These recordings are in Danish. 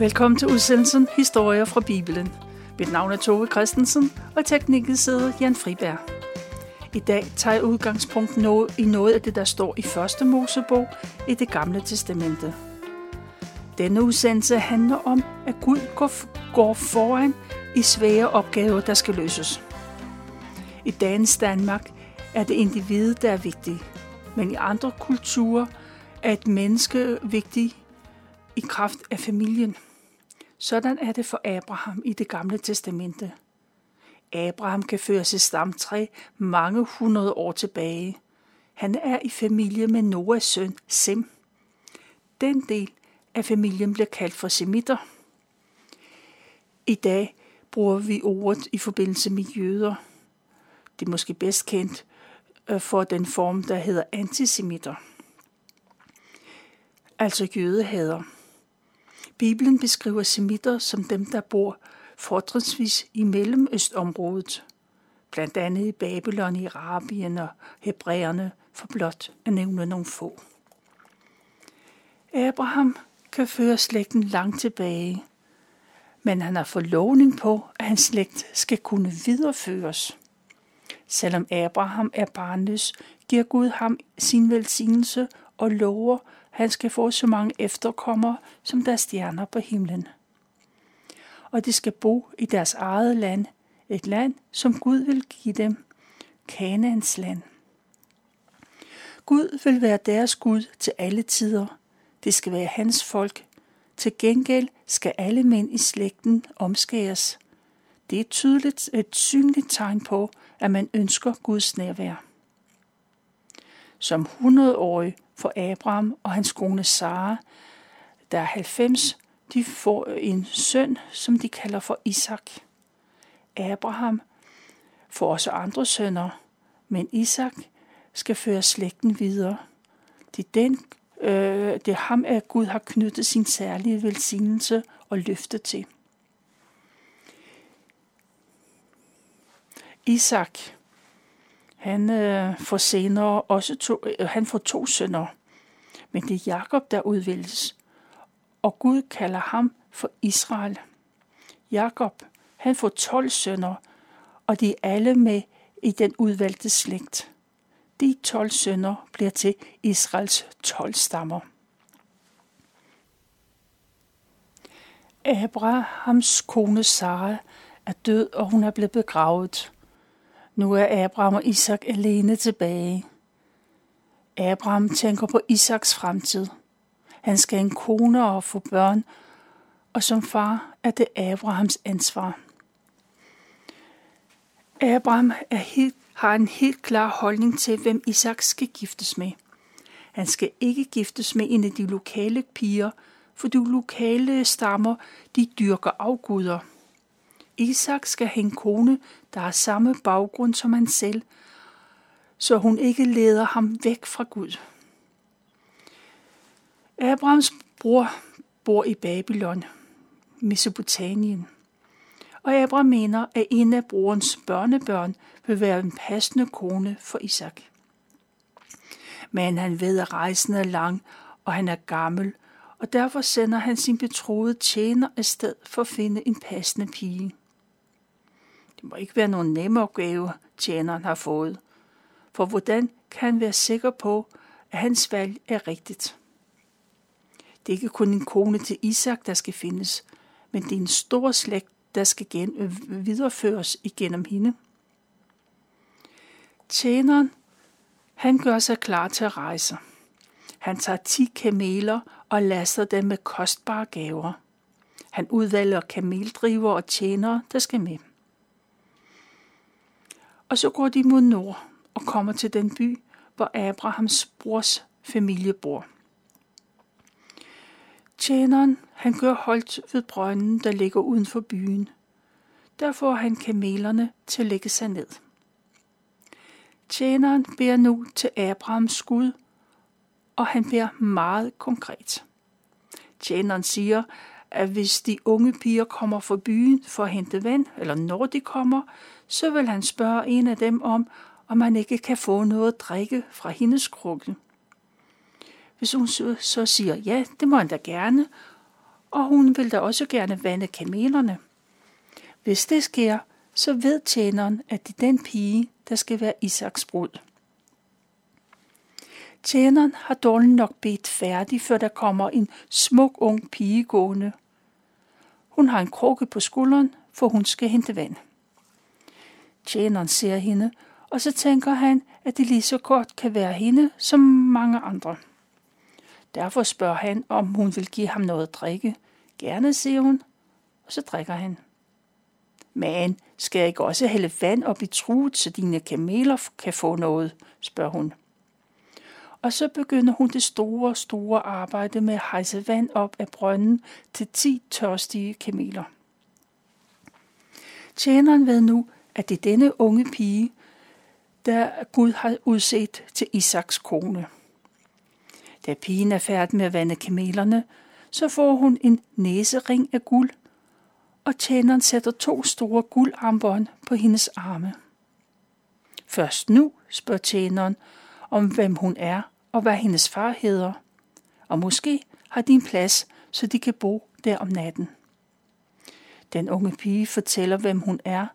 Velkommen til udsendelsen Historier fra Bibelen. Mit navn er Tove Christensen, og i teknikken sidder Jan Friberg. I dag tager jeg udgangspunkt i noget af det, der står i første Mosebog i det gamle testamente. Denne udsendelse handler om, at Gud går foran i svære opgaver, der skal løses. I dagens Danmark er det individet, der er vigtigt, men i andre kulturer er et menneske vigtigt i kraft af familien. Sådan er det for Abraham i det gamle testamente. Abraham kan føre sit stamtræ mange hundrede år tilbage. Han er i familie med Noahs søn Sem. Den del af familien bliver kaldt for semitter. I dag bruger vi ordet i forbindelse med jøder. Det er måske bedst kendt for den form, der hedder antisemitter. Altså jødehader. Bibelen beskriver semitter som dem, der bor fortrinsvis i Mellemøstområdet, blandt andet i Babylon, i Arabien og hebræerne, for blot at nævne nogle få. Abraham kan føre slægten langt tilbage, men han har forlovning på, at hans slægt skal kunne videreføres. Selvom Abraham er barnløs, giver Gud ham sin velsignelse og lover, han skal få så mange efterkommere, som der er stjerner på himlen. Og de skal bo i deres eget land, et land, som Gud vil give dem, Kanaans land. Gud vil være deres Gud til alle tider. Det skal være hans folk. Til gengæld skal alle mænd i slægten omskæres. Det er et synligt tegn på, at man ønsker Guds nærvær. Som 100-årig for Abraham og hans kone Sara, der er 90, de får en søn, som de kalder for Isak. Abraham får også andre sønner, men Isak skal føre slægten videre. Det er ham, at Gud har knyttet sin særlige velsignelse og løfte til. Isak, han får senere også får 2 sønner, men det er Jakob, der udvælges, og Gud kalder ham for Israel. Jakob, han får 12 sønner, og de er alle med i den udvalgte slægt. De 12 sønner bliver til Israels 12 stammer. Abrahams kone Sara er død, og hun er blevet begravet. Nu er Abraham og Isak alene tilbage. Abraham tænker på Isaks fremtid. Han skal have en kone og få børn, og som far er det Abrahams ansvar. Abraham har en helt klar holdning til, hvem Isak skal giftes med. Han skal ikke giftes med en af de lokale piger, for de lokale stammer, de dyrker afguder. Isak skal have en kone, der har samme baggrund som han selv, så hun ikke leder ham væk fra Gud. Abrahams bror bor i Babylon, Mesopotamien, og Abraham mener, at en af brorens børnebørn vil være en passende kone for Isak. Men han ved, at rejsen er lang, og han er gammel, og derfor sender han sin betroede tjener afsted for at finde en passende pige. Det må ikke være nogen nemme opgave, tjeneren har fået, for hvordan kan han være sikker på, at hans valg er rigtigt? Det er ikke kun en kone til Isak, der skal findes, men det er en stor slægt, der skal videreføres igennem hende. Tjeneren, han gør sig klar til at rejse. Han tager 10 kameler og laster dem med kostbare gaver. Han udvælger kameldriver og tjenere, der skal med. Og så går de mod nord og kommer til den by, hvor Abrahams brors familie bor. Tjeneren, han gør holdt ved brønden, der ligger uden for byen. Der får han kamelerne til at lægge sig ned. Tjeneren beder nu til Abrahams Gud, og han beder meget konkret. Tjeneren siger, at hvis de unge piger kommer fra byen for at hente vand, eller når de kommer, så vil han spørge en af dem om han ikke kan få noget at drikke fra hendes krukke. Hvis hun så siger ja, det må han da gerne, og hun vil da også gerne vande kamelerne. Hvis det sker, så ved tjeneren, at det er den pige, der skal være Isaks brud. Tjeneren har dårligt nok bedt færdig, før der kommer en smuk ung pige gående. Hun har en krukke på skulderen, for hun skal hente vand. Tjeneren ser hende, og så tænker han, at det lige så godt kan være hende som mange andre. Derfor spørger han, om hun vil give ham noget at drikke. Gerne, siger hun, og så drikker han. Men skal jeg ikke også hælde vand op i truet, så dine kameler kan få noget, spørger hun. Og så begynder hun det store arbejde med at hejse vand op af brønden til 10 tørstige kameler. Tjeneren ved nu, at det er denne unge pige, der Gud har udset til Isaks kone. Da pigen er færdig med at vande kamelerne, så får hun en næsering af guld, og tjeneren sætter 2 store guldarmbånd på hendes arme. Først nu spørger tjeneren om, hvem hun er og hvad hendes far hedder, og måske har de en plads, så de kan bo der om natten. Den unge pige fortæller, hvem hun er,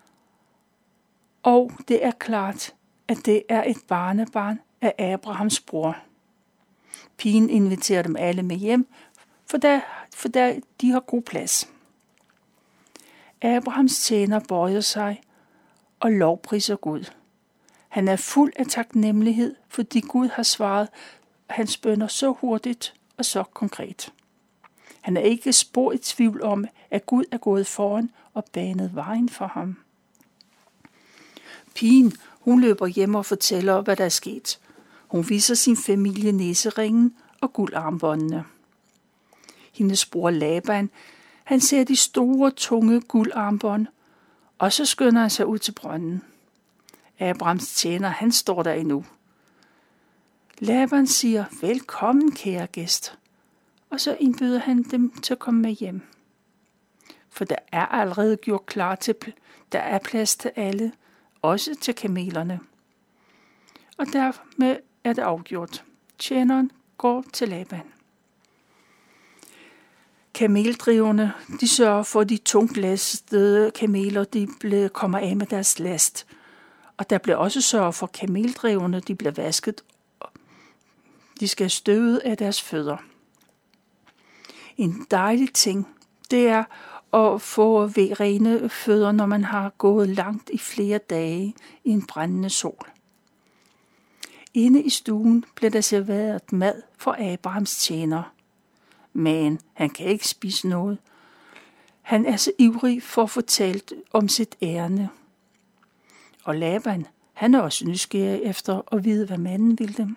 og det er klart, at det er et barnebarn af Abrahams bror. Pigen inviterer dem alle med hjem, for der de har god plads. Abrahams tjener bøjer sig og lovpriser Gud. Han er fuld af taknemmelighed, fordi Gud har svaret hans bønner så hurtigt og så konkret. Han er ikke spor i tvivl om, at Gud er gået foran og banet vejen for ham. Pigen, hun løber hjem og fortæller, hvad der er sket. Hun viser sin familie næseringen og guldarmbåndene. Hendes bror Laban, han ser de store, tunge guldarmbånd, og så skynder han sig ud til brønden. Abrahams tjener, han står der endnu. Laban siger, velkommen kære gæst, og så indbyder han dem til at komme med hjem. For der er allerede gjort klar til, der er plads til alle, også til kamelerne. Og dermed er det afgjort. Tjeneren går til Laban. Kameldriverne, de sørger for, at de tungt lastede kameler, de kommer af med deres last. Og der bliver også sørget for, at kameldriverne, de bliver vasket. De skal støve af deres fødder. En dejlig ting, det er at få rene fødder, når man har gået langt i flere dage i en brændende sol. Inde i stuen bliver der serveret mad for Abrahams tjener. Men han kan ikke spise noget. Han er så ivrig for at fortælle om sit ærinde. Og Laban, han er også nysgerrig efter at vide, hvad manden vil dem.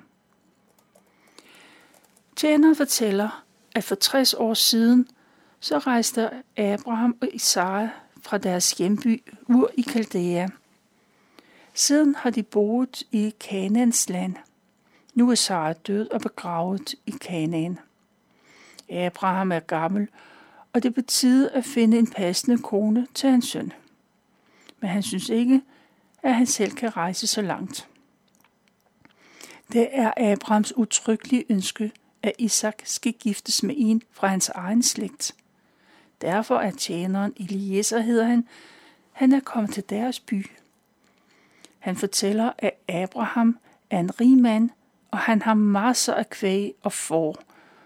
Tjeneren fortæller, at for 60 år siden, så rejste Abraham og Isaka fra deres hjemby Ur i Kaldæa. Siden har de boet i Kanaans land. Nu er Sara død og begravet i Kanaan. Abraham er gammel, og det er på tide at finde en passende kone til hans søn. Men han synes ikke, at han selv kan rejse så langt. Det er Abrahams utryggelige ønske, at Isak skal giftes med en fra hans egen slægt. Derfor er tjeneren Eliezer, hedder han er kommet til deres by. Han fortæller, at Abraham er en rig mand, og han har masser af kvæg og får.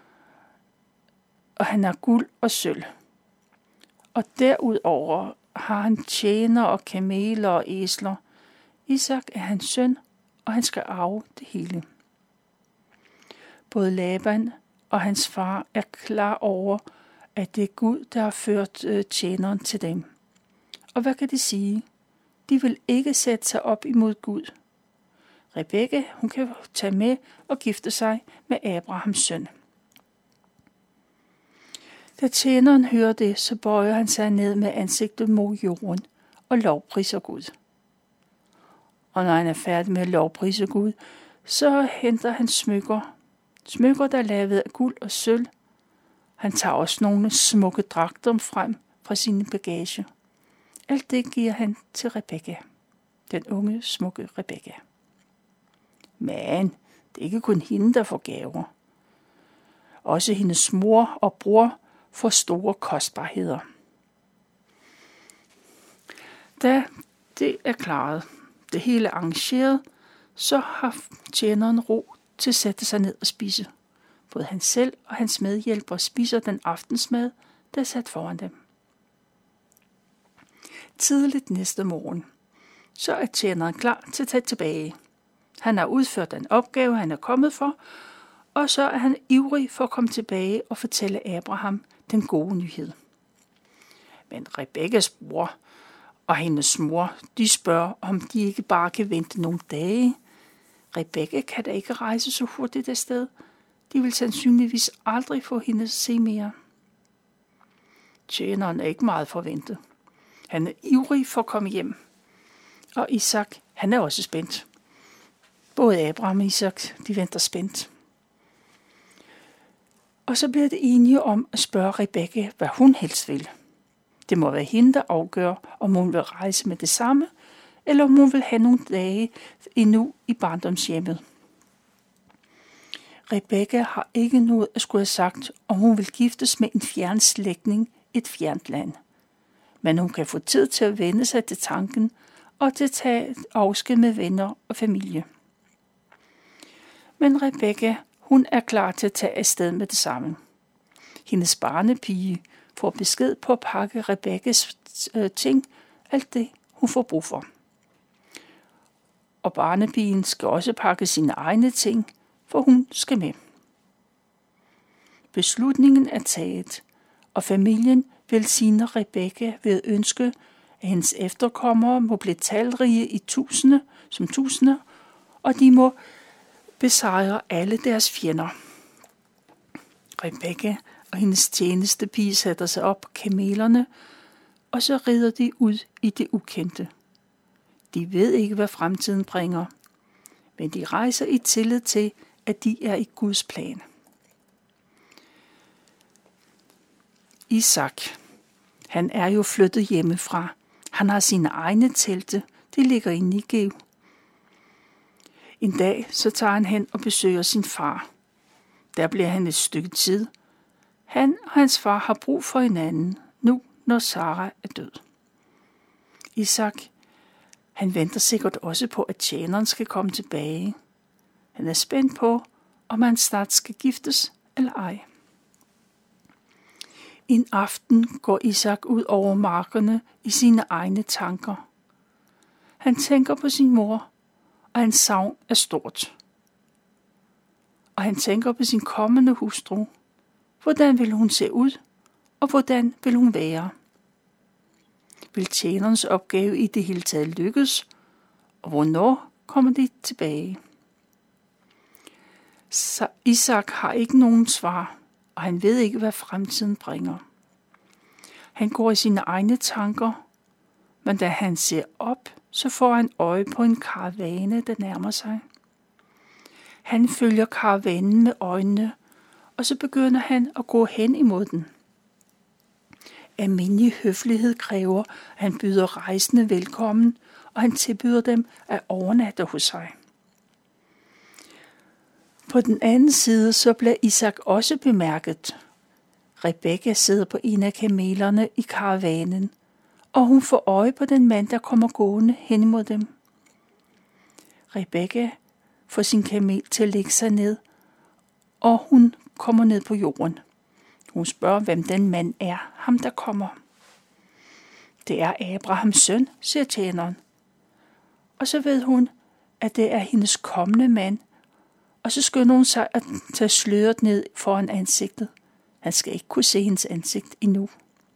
Og han har guld og sølv. Og derudover har han tjener og kameler og æsler. Isak er hans søn, og han skal arve det hele. Både Laban og hans far er klar over, at det er Gud, der har ført tjeneren til dem. Og hvad kan de sige? De vil ikke sætte sig op imod Gud. Rebekka, hun kan tage med og gifte sig med Abrahams søn. Da tjeneren hører det, så bøjer han sig ned med ansigtet mod jorden og lovpriser Gud. Og når han er færdig med at lovprise Gud, så henter han smykker. Smykker, der er lavet af guld og sølv. Han tager også nogle smukke dragter frem fra sin bagage. Alt det giver han til Rebekka, den unge, smukke Rebekka. Men det er ikke kun hende, der får gaver. Også hendes mor og bror for store kostbarheder. Da det er klaret, det hele arrangeret, så har tjeneren ro til at sætte sig ned og spise. Både han selv og hans medhjælpere spiser den aftensmad, der er sat foran dem. Tidligt næste morgen, så er tjeneren klar til at tage tilbage. Han har udført den opgave, han er kommet for, og så er han ivrig for at komme tilbage og fortælle Abraham den gode nyhed. Men Rebekkas bror og hendes mor, de spørger, om de ikke bare kan vente nogle dage. Rebekka kan da ikke rejse så hurtigt afsted. De vil sandsynligvis aldrig få hende at se mere. Tjeneren er ikke meget forventet. Han er ivrig for at komme hjem. Og Isak, han er også spændt. Både Abraham og Isak, de venter spændt. Og så bliver det enige om at spørge Rebekka, hvad hun helst vil. Det må være hende, der afgør, om hun vil rejse med det samme, eller om hun vil have nogle dage endnu i barndomshjemmet. Rebekka har ikke noget at skulle have sagt, om hun vil giftes med en fjern slægtning et fjernt land. Men hun kan få tid til at vende sig til tanken og til at tage afsked med venner og familie. Men Rebekka, hun er klar til at tage afsted med det samme. Hendes barnepige får besked på at pakke Rebekkas ting, alt det hun får brug for. Og barnepigen skal også pakke sine egne ting, for hun skal med. Beslutningen er taget, og familien velsigner Rebekka ved at ønske, at hendes efterkommere må blive talrige i tusinder, og de må besejre alle deres fjender. Rebekka og hendes tjenestepige sætter sig op på kamelerne, og så rider de ud i det ukendte. De ved ikke, hvad fremtiden bringer, men de rejser i tillid til, at de er i Guds plan. Isak, han er jo flyttet hjemmefra. Han har sine egne telte. De ligger i Negev. En dag så tager han hen og besøger sin far. Der bliver han et stykke tid. Han og hans far har brug for hinanden, nu når Sara er død. Isak, han venter sikkert også på, at tjeneren skal komme tilbage. Han er spændt på, om han snart skal giftes eller ej. En aften går Isak ud over markerne i sine egne tanker. Han tænker på sin mor, og hans savn er stort. Og han tænker på sin kommende hustru. Hvordan vil hun se ud, og hvordan vil hun være? Vil tjenerens opgave i det hele taget lykkes, og hvornår kommer de tilbage? Så Isak har ikke nogen svar, og han ved ikke, hvad fremtiden bringer. Han går i sine egne tanker, men da han ser op, så får han øje på en karavane, der nærmer sig. Han følger karavanen med øjnene, og så begynder han at gå hen imod den. Almindelig høflighed kræver, at han byder rejsende velkommen, og han tilbyder dem at overnatte hos sig. På den anden side så bliver Isak også bemærket. Rebekka sidder på en af kamelerne i karavanen, og hun får øje på den mand, der kommer gående hen imod dem. Rebekka får sin kamel til at lægge sig ned, og hun kommer ned på jorden. Hun spørger, hvem den mand er, ham der kommer. Det er Abrahams søn, siger tjeneren. Og så ved hun, at det er hendes kommende mand, og så skynder hun sig at tage sløret ned foran ansigtet. Han skal ikke kunne se hendes ansigt endnu.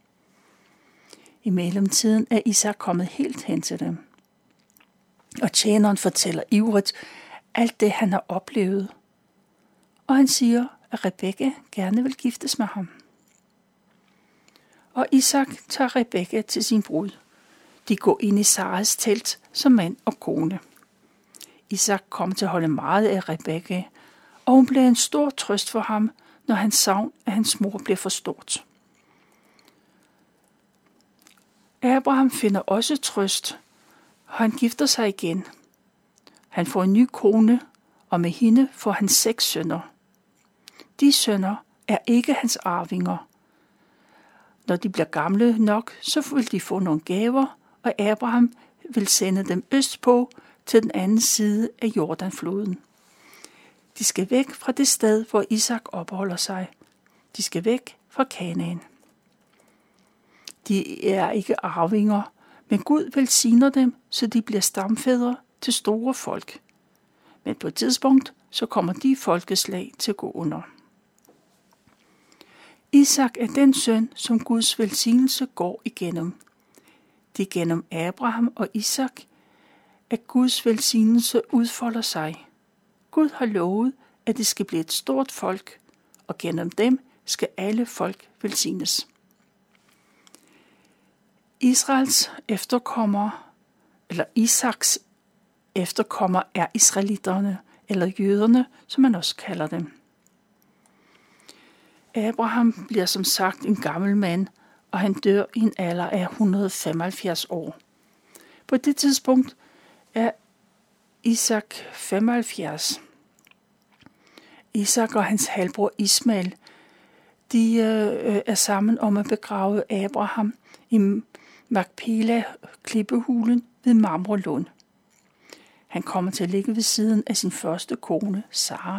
I mellemtiden er Isak kommet helt hen til dem. Og tjeneren fortæller ivrigt alt det, han har oplevet. Og han siger, at Rebekka gerne vil giftes med ham. Og Isak tager Rebekka til sin brud. De går ind i Saras telt som mand og kone. Isak kommer til at holde meget af Rebekka, og hun bliver en stor trøst for ham, når hans savn af hans mor bliver for stort. Abraham finder også trøst, og han gifter sig igen. Han får en ny kone, og med hende får han 6 sønner. De sønner er ikke hans arvinger, Når de bliver gamle nok, så vil de få nogle gaver, og Abraham vil sende dem østpå til den anden side af Jordanfloden. De skal væk fra det sted, hvor Isak opholder sig. De skal væk fra Kanaan. De er ikke arvinger, men Gud velsigner dem, så de bliver stamfædre til store folk. Men på et tidspunkt, så kommer de folkeslag til at gå under. Isak er den søn, som Guds velsignelse går igennem. Det er gennem Abraham og Isak, at Guds velsignelse udfolder sig. Gud har lovet, at det skal blive et stort folk, og gennem dem skal alle folk velsignes. Israels efterkommere, eller Isaks efterkommere, er israelitterne, eller jøderne, som man også kalder dem. Abraham bliver som sagt en gammel mand, og han dør i en alder af 175 år. På det tidspunkt er Isak 75. Isak og hans halvbror Ismael, de er sammen om at begrave Abraham i Makpela-klippehulen ved Mamrelund. Han kommer til at ligge ved siden af sin første kone, Sara.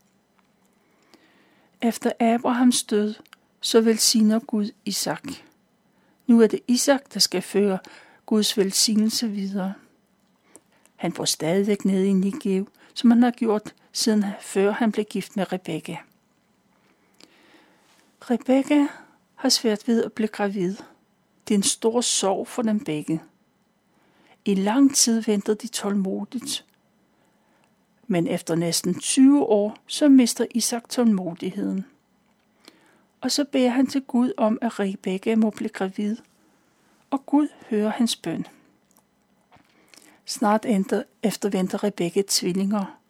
Efter Abrahams død, så velsigner Gud Isak. Nu er det Isak, der skal føre Guds velsignelse videre. Han bor stadigvæk nede i Negev, som han har gjort siden før han blev gift med Rebekka. Rebekka har svært ved at blive gravid. Det er en stor sorg for dem begge. I lang tid venter de tålmodigt. Men efter næsten 20 år, så mister Isak tålmodigheden. Og så beder han til Gud om, at Rebekka må blive gravid. Og Gud hører hans bøn. Snart efter venter Rebekka tvillinger.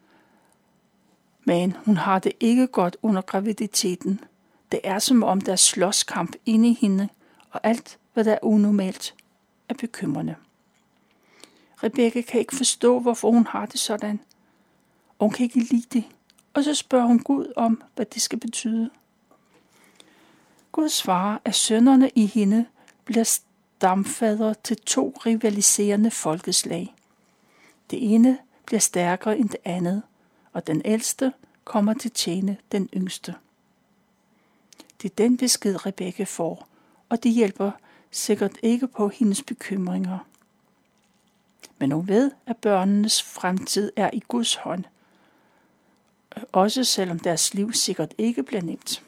Men hun har det ikke godt under graviditeten. Det er som om der er slåskamp inde i hende, og alt, hvad der er unormalt, er bekymrende. Rebekka kan ikke forstå, hvorfor hun har det sådan. Og hun kan ikke lide det. Og så spørger hun Gud om, hvad det skal betyde. Gud svarer, at sønnerne i hende bliver stamfader til 2 rivaliserende folkeslag. Det ene bliver stærkere end det andet, og den ældste kommer til at tjene den yngste. Det er den besked, Rebekka får, og det hjælper sikkert ikke på hendes bekymringer. Men hun ved, at børnenes fremtid er i Guds hånd, også selvom deres liv sikkert ikke bliver nemt.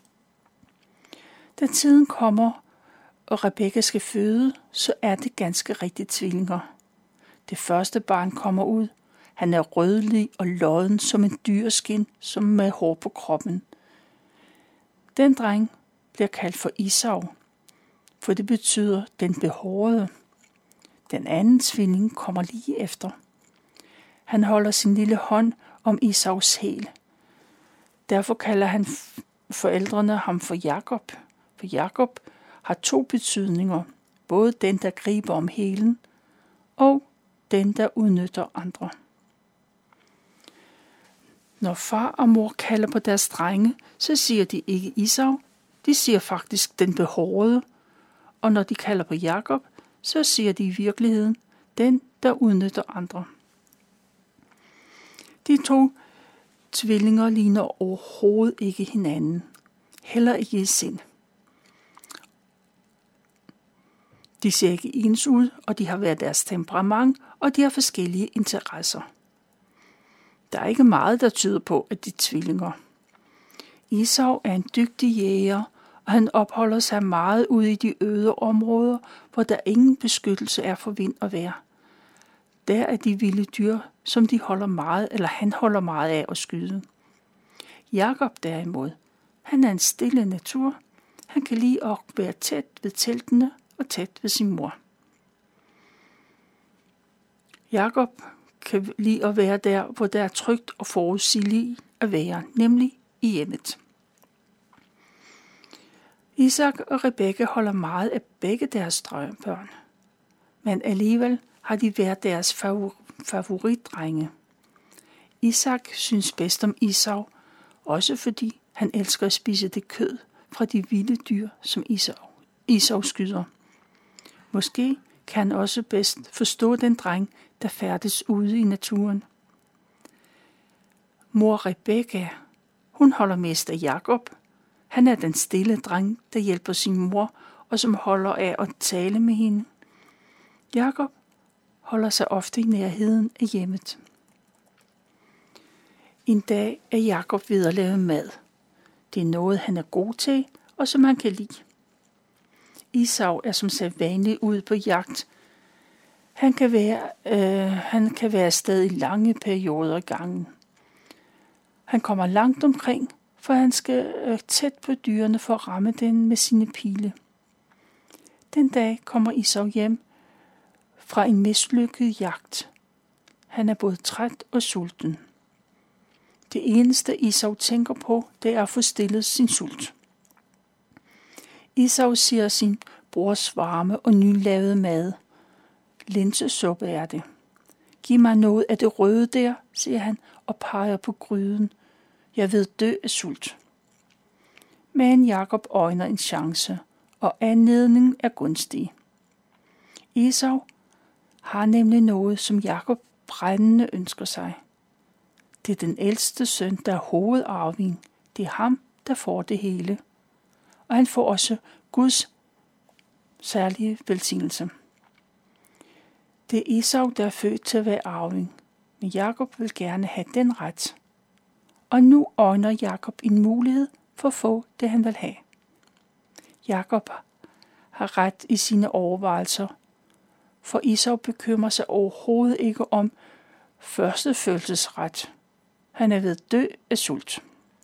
Da tiden kommer, og Rebekka skal føde, så er det ganske rigtigt tvillinger. Det første barn kommer ud. Han er rødlig og lodden som en dyreskin, som med hår på kroppen. Den dreng bliver kaldt for Esau, for det betyder den behårede. Den anden tvilling kommer lige efter. Han holder sin lille hånd om Esaus hæl. Derfor kalder han forældrene ham for Jakob. For Jakob har 2 betydninger. Både den, der griber om hælen, og den, der udnytter andre. Når far og mor kalder på deres drenge, så siger de ikke Esau. De siger faktisk den behårede. Og når de kalder på Jakob, så siger de i virkeligheden den, der udnytter andre. De 2 tvillinger ligner overhovedet ikke hinanden. Heller ikke i sind. De ser ikke ens ud, og de har hver deres temperament, og de har forskellige interesser. Der er ikke meget, der tyder på, at de er tvillinger. Esau er en dygtig jæger, og han opholder sig meget ude i de øde områder, hvor der ingen beskyttelse er for vind og vejr. Der er de vilde dyr, som han holder meget af at skyde. Jakob derimod, han er en stille natur. Han kan lide at være tæt ved teltene og tæt ved sin mor. Jakob kan lide at være der, hvor der er trygt og forudsigeligt at være, nemlig i hjemmet. Isak og Rebekka holder meget af begge deres børn, men alligevel har de været deres favoritdrenge. Isak synes bedst om Esau, også fordi han elsker at spise det kød fra de vilde dyr, som Esau skyder. Måske kan han også bedst forstå den dreng, der færdes ude i naturen. Mor Rebekka, hun holder mest af Jakob. Han er den stille dreng, der hjælper sin mor, og som holder af at tale med hende. Jakob holder sig ofte i nærheden af hjemmet. En dag er Jakob ved at lave mad. Det er noget, han er god til, og som han kan lide. Esau er som sædvanligt ude på jagt. Han kan være afsted i lange perioder ad gangen. Han kommer langt omkring, for han skal tæt på dyrene for at ramme den med sine pile. Den dag kommer Esau hjem fra en mislykket jagt. Han er både træt og sulten. Det eneste Esau tænker på, det er at få stillet sin sult. Esau siger sin brors varme og nylavede mad. Linsesuppe er det. Giv mig noget af det røde der, siger han og peger på gryden. Jeg ved dø af sult. Men Jakob øjner en chance, og anledningen er gunstig. Esau har nemlig noget, som Jakob brændende ønsker sig. Det er den ældste søn, der er hovedarving. Det er ham, der får det hele. Og han får også Guds særlige velsignelse. Det er Esau, der er født til at være arving, men Jakob vil gerne have den ret. Og nu øjner Jakob en mulighed for at få det, han vil have. Jakob har ret i sine overvejelser, for Esau bekymrer sig overhovedet ikke om førstefødselsret. Han er ved at dø af sult.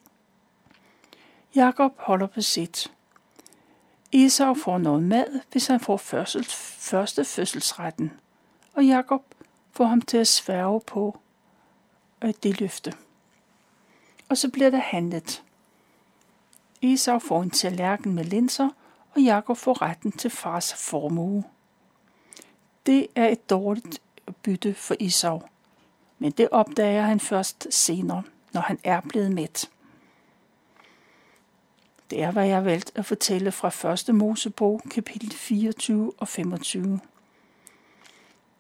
Jakob holder på sit. Esau får noget mad, hvis han får førstefødselsretten, og Jakob får ham til at sværge på det løfte. Og så bliver der handlet. Esau får en tallerken med linser, og Jakob får retten til fars formue. Det er et dårligt bytte for Esau, men det opdager han først senere, når han er blevet mæt. Det er, hvad jeg har valgt at fortælle fra 1. Mosebog, kapitel 24 og 25.